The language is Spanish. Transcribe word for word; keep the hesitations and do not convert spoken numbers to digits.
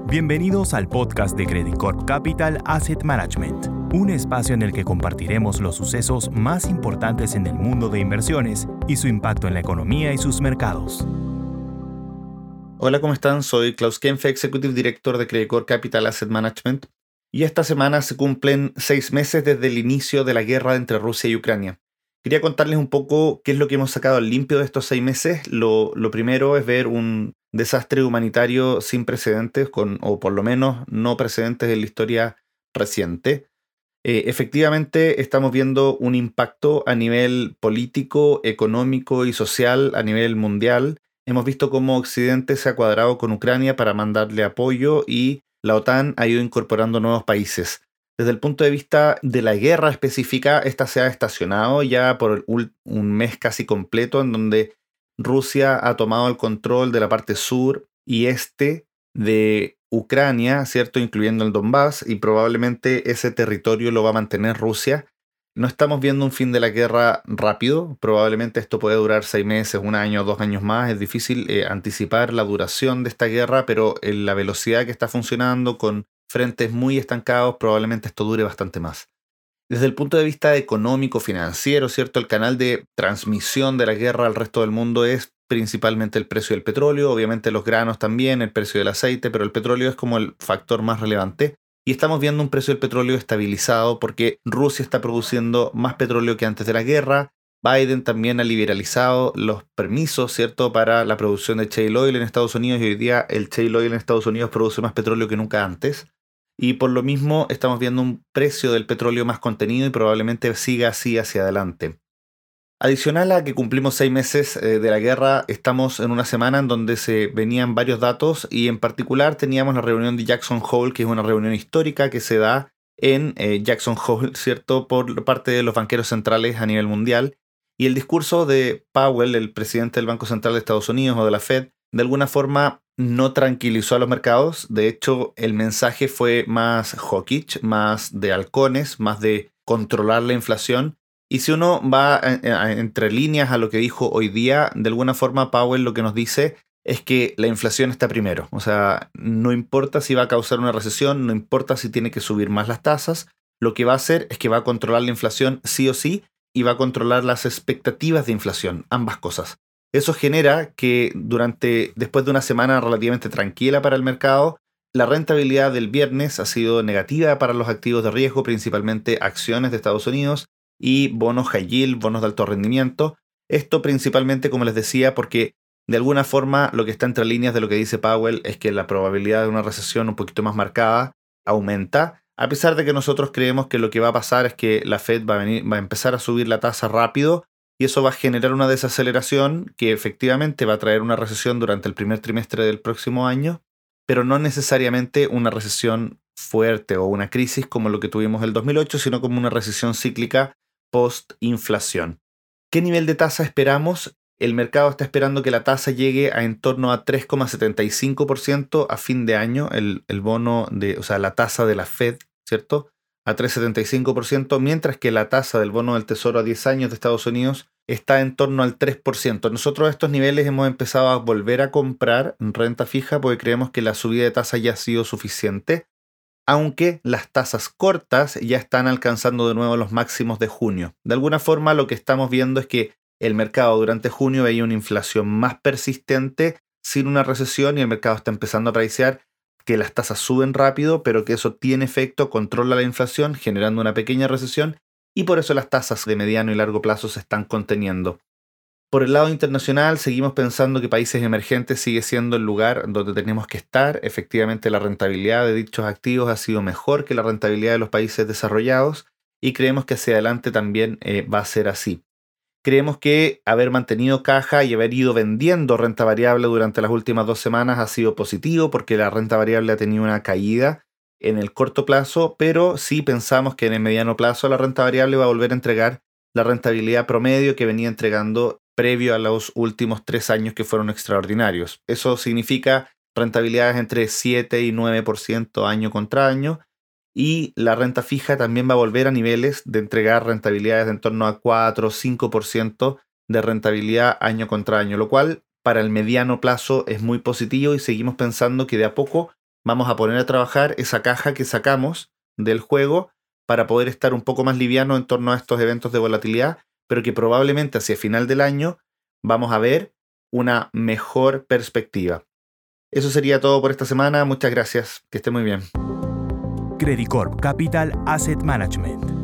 Bienvenidos al podcast de Credit Corp Capital Asset Management, un espacio en el que compartiremos los sucesos más importantes en el mundo de inversiones y su impacto en la economía y sus mercados. Hola, ¿cómo están? Soy Klaus Kenfe, Executive Director de Credit Corp Capital Asset Management, y esta semana se cumplen seis meses desde el inicio de la guerra entre Rusia y Ucrania. Quería contarles un poco qué es lo que hemos sacado al limpio de estos seis meses. Lo, lo primero es ver un desastre humanitario sin precedentes, con, o por lo menos no precedentes en la historia reciente. Eh, efectivamente, estamos viendo un impacto a nivel político, económico y social a nivel mundial. Hemos visto cómo Occidente se ha cuadrado con Ucrania para mandarle apoyo y la OTAN ha ido incorporando nuevos países. Desde el punto de vista de la guerra específica, esta se ha estacionado ya por un mes casi completo, en donde Rusia ha tomado el control de la parte sur y este de Ucrania, ¿cierto? Incluyendo el Donbass, y probablemente ese territorio lo va a mantener Rusia. No estamos viendo un fin de la guerra rápido. Probablemente esto puede durar seis meses, un año, dos años más. Es difícil eh, anticipar la duración de esta guerra, pero en la velocidad que está funcionando con frentes muy estancados, probablemente esto dure bastante más. Desde el punto de vista económico, financiero, ¿cierto? El canal de transmisión de la guerra al resto del mundo es principalmente el precio del petróleo, obviamente los granos también, el precio del aceite, pero el petróleo es como el factor más relevante. Y estamos viendo un precio del petróleo estabilizado porque Rusia está produciendo más petróleo que antes de la guerra. Biden también ha liberalizado los permisos, ¿cierto?, para la producción de shale oil en Estados Unidos, y hoy día el shale oil en Estados Unidos produce más petróleo que nunca antes. Y por lo mismo estamos viendo un precio del petróleo más contenido y probablemente siga así hacia adelante. Adicional a que cumplimos seis meses eh, de la guerra, estamos en una semana en donde se venían varios datos, y en particular teníamos la reunión de Jackson Hole, que es una reunión histórica que se da en eh, Jackson Hole, ¿cierto?, por parte de los banqueros centrales a nivel mundial. Y el discurso de Powell, el presidente del Banco Central de Estados Unidos o de la Fed, de alguna forma no tranquilizó a los mercados. De hecho, el mensaje fue más hawkish, más de halcones, más de controlar la inflación. Y si uno va a, a, entre líneas a lo que dijo hoy día, de alguna forma Powell lo que nos dice es que la inflación está primero. O sea, no importa si va a causar una recesión, no importa si tiene que subir más las tasas, lo que va a hacer es que va a controlar la inflación sí o sí, y va a controlar las expectativas de inflación, ambas cosas. Eso genera que durante, después de una semana relativamente tranquila para el mercado, la rentabilidad del viernes ha sido negativa para los activos de riesgo, principalmente acciones de Estados Unidos y bonos high yield, bonos de alto rendimiento. Esto principalmente, como les decía, porque de alguna forma lo que está entre líneas de lo que dice Powell es que la probabilidad de una recesión un poquito más marcada aumenta, a pesar de que nosotros creemos que lo que va a pasar es que la Fed va a, venir, va a empezar a subir la tasa rápido, y eso va a generar una desaceleración que efectivamente va a traer una recesión durante el primer trimestre del próximo año, pero no necesariamente una recesión fuerte o una crisis como lo que tuvimos el dos mil ocho, sino como una recesión cíclica post-inflación. ¿Qué nivel de tasa esperamos? El mercado está esperando que la tasa llegue a en torno a tres coma setenta y cinco por ciento a fin de año, el, el bono de, o sea, la tasa de la Fed, ¿cierto?, a tres coma setenta y cinco por ciento, mientras que la tasa del bono del Tesoro a diez años de Estados Unidos está en torno al tres por ciento. Nosotros a estos niveles hemos empezado a volver a comprar renta fija porque creemos que la subida de tasa ya ha sido suficiente, aunque las tasas cortas ya están alcanzando de nuevo los máximos de junio. De alguna forma lo que estamos viendo es que el mercado durante junio veía una inflación más persistente sin una recesión, y el mercado está empezando a preciar que las tasas suben rápido, pero que eso tiene efecto, controla la inflación, generando una pequeña recesión, y por eso las tasas de mediano y largo plazo se están conteniendo. Por el lado internacional, seguimos pensando que países emergentes sigue siendo el lugar donde tenemos que estar. Efectivamente, la rentabilidad de dichos activos ha sido mejor que la rentabilidad de los países desarrollados, y creemos que hacia adelante también eh, va a ser así. Creemos que haber mantenido caja y haber ido vendiendo renta variable durante las últimas dos semanas ha sido positivo, porque la renta variable ha tenido una caída en el corto plazo, pero sí pensamos que en el mediano plazo la renta variable va a volver a entregar la rentabilidad promedio que venía entregando previo a los últimos tres años, que fueron extraordinarios. Eso significa rentabilidades entre siete y nueve por ciento año contra año, y la renta fija también va a volver a niveles de entregar rentabilidades de en torno a cuatro o cinco por ciento de rentabilidad año contra año, lo cual para el mediano plazo es muy positivo, y seguimos pensando que de a poco vamos a poner a trabajar esa caja que sacamos del juego para poder estar un poco más liviano en torno a estos eventos de volatilidad, pero que probablemente hacia final del año vamos a ver una mejor perspectiva. Eso sería todo por esta semana. Muchas gracias. Que esté muy bien. Credicorp Capital Asset Management.